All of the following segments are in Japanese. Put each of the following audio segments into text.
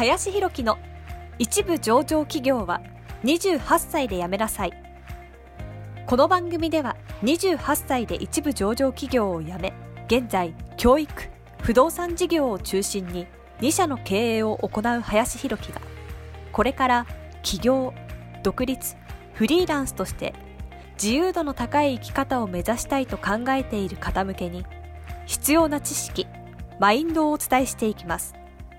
林弘樹の一部上場企業は28歳で辞めなさい。この番組では28歳で一部上場企業を辞め、現在教育、不動産事業を中心に2社の経営を行う林弘樹が、これから起業、独立、フリーランスとして自由度の高い生き方を目指したいと考えている方向けに必要な知識、マインドをお伝えしていきます。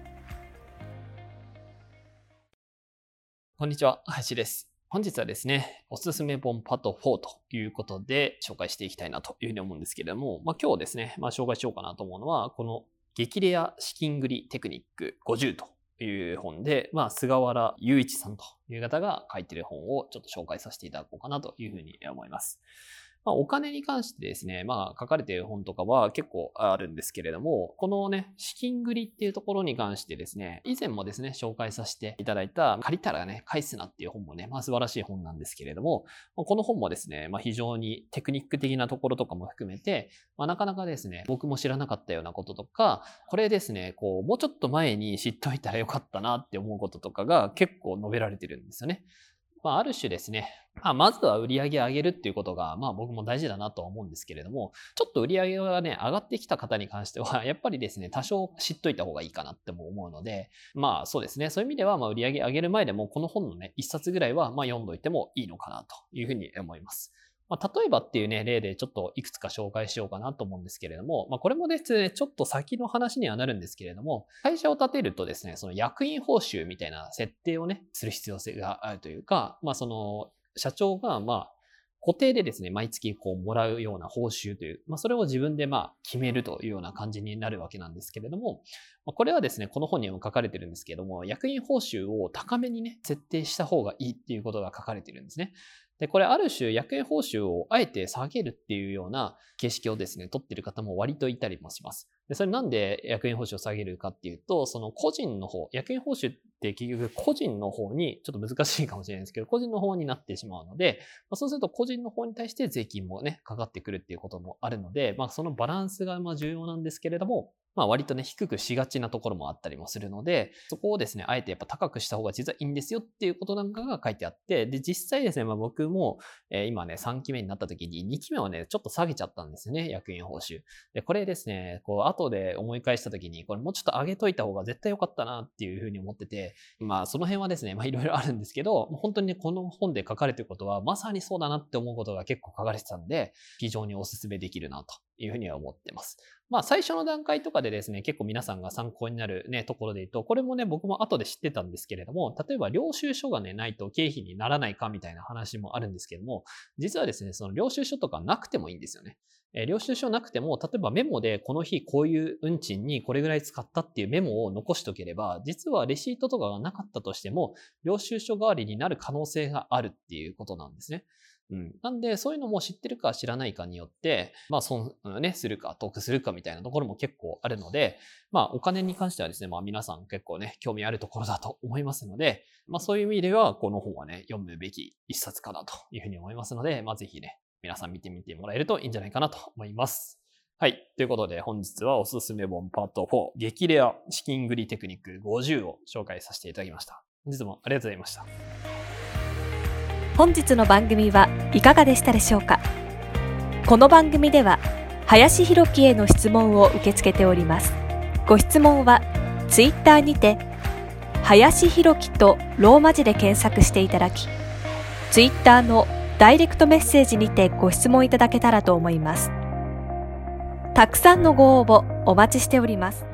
こんにちは、林です。本日はですね、おすすめ本パート4ということで紹介していきたいなというふうに思うんですけれども、今日ですね、紹介しようかなと思うのは、この激レア資金繰りテクニック50という本で、菅原雄一さんという方が書いている本をちょっと紹介させていただこうかなというふうに思います。お金に関してですね、書かれている本とかは結構あるんですけれども、このね、資金繰りっていうところに関してですね、以前もですね、紹介させていただいた、借りたらね、返すなっていう本もね、素晴らしい本なんですけれども、この本もですね、非常にテクニック的なところとかも含めて、なかなかですね、僕も知らなかったようなこととか、これですね、もうちょっと前に知っといたらよかったなって思うこととかが結構述べられてるんですよね。ある種ですね、まずは売り上げ上げるっていうことが、僕も大事だなとは思うんですけれども、ちょっと売り上げがね、上がってきた方に関しては、やっぱりですね、多少知っといた方がいいかなっても思うので、そうですね、そういう意味では、売り上げ上げる前でも、この本のね、一冊ぐらいは、読んどいてもいいのかなというふうに思います。例えばっていうね、例でちょっといくつか紹介しようかなと思うんですけれども、これもですね、ちょっと先の話にはなるんですけれども、会社を立てるとですね、その役員報酬みたいな設定をね、する必要性があるというか、その社長が固定でですね、毎月もらうような報酬という、それを自分で決めるというような感じになるわけなんですけれども、これはですね、この本にも書かれてるんですけれども、役員報酬を高めにね、設定した方がいいっていうことが書かれてるんですね。で、これある種役員報酬をあえて下げるっていうような形式をですね、取ってる方も割といたりもします。で、それなんで役員報酬を下げるかっていうと、その個人の方、役員報酬って結局個人の方に、ちょっと難しいかもしれないですけど、個人の方になってしまうので、そうすると個人の方に対して税金もね、かかってくるっていうこともあるので、そのバランスが重要なんですけれども、割とね、低くしがちなところもあったりもするので、そこをですね、あえてやっぱ高くした方が実はいいんですよっていうことなんかが書いてあって、で、実際ですね、僕も、今ね、3期目になった時に2期目はね、ちょっと下げちゃったんですよね、役員報酬。で、これですね、後で思い返した時に、これもうちょっと上げといた方が絶対良かったなっていうふうに思ってて、その辺はですね、いろいろあるんですけど、本当にね、この本で書かれていることは、まさにそうだなって思うことが結構書かれてたんで、非常にお勧めできるなというふうには思ってます。最初の段階とかでですね、結構皆さんが参考になるね、ところで言うと、これもね、僕も後で知ってたんですけれども、例えば領収書がね、ないと経費にならないかみたいな話もあるんですけども、実はですね、その領収書とかなくてもいいんですよね。領収書なくても、例えばメモでこの日こういう運賃にこれぐらい使ったっていうメモを残しておければ、実はレシートとかがなかったとしても、領収書代わりになる可能性があるっていうことなんですね。なんで、そういうのも知ってるか知らないかによって、損ね、するか得するかみたいなところも結構あるので、お金に関してはですね、皆さん結構ね、興味あるところだと思いますので、そういう意味では、この本はね、読むべき一冊かなというふうに思いますので、ぜひね、皆さん見てみてもらえるといいんじゃないかなと思います。はい。ということで、本日はおすすめ本パート4、激レア資金繰りテクニック50を紹介させていただきました。本日もありがとうございました。 本日の番組はいかがでしたでしょうか。この番組では林弘樹への質問を受け付けております。ご質問はツイッターにて林弘樹とローマ字で検索していただき、ツイッターのダイレクトメッセージにてご質問いただけたらと思います。たくさんのご応募お待ちしております。